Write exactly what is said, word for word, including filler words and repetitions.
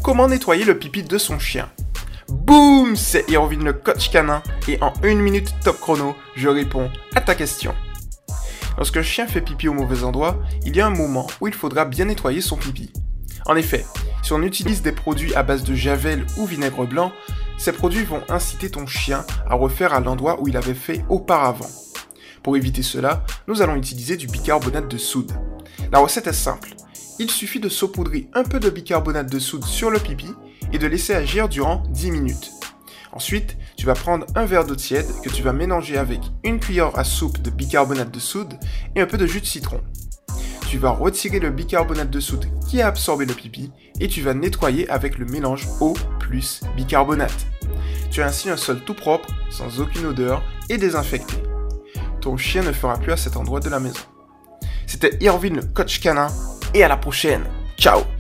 comment nettoyer le pipi de son chien. Boum, c'est Irvine le coach canin et en une minute top chrono, je réponds à ta question. Lorsque le chien fait pipi au mauvais endroit, il y a un moment où il faudra bien nettoyer son pipi. En effet, si on utilise des produits à base de javel ou vinaigre blanc, ces produits vont inciter ton chien à refaire à l'endroit où il avait fait auparavant. Pour éviter cela, nous allons utiliser du bicarbonate de soude. La recette est simple. Il suffit de saupoudrer un peu de bicarbonate de soude sur le pipi et de laisser agir durant dix minutes. Ensuite, tu vas prendre un verre d'eau tiède que tu vas mélanger avec une cuillère à soupe de bicarbonate de soude et un peu de jus de citron. Tu vas retirer le bicarbonate de soude qui a absorbé le pipi et tu vas nettoyer avec le mélange eau plus bicarbonate. Tu as ainsi un sol tout propre, sans aucune odeur et désinfecté. Ton chien ne fera plus à cet endroit de la maison. C'était Irvine le coach canin et à la prochaine. Ciao!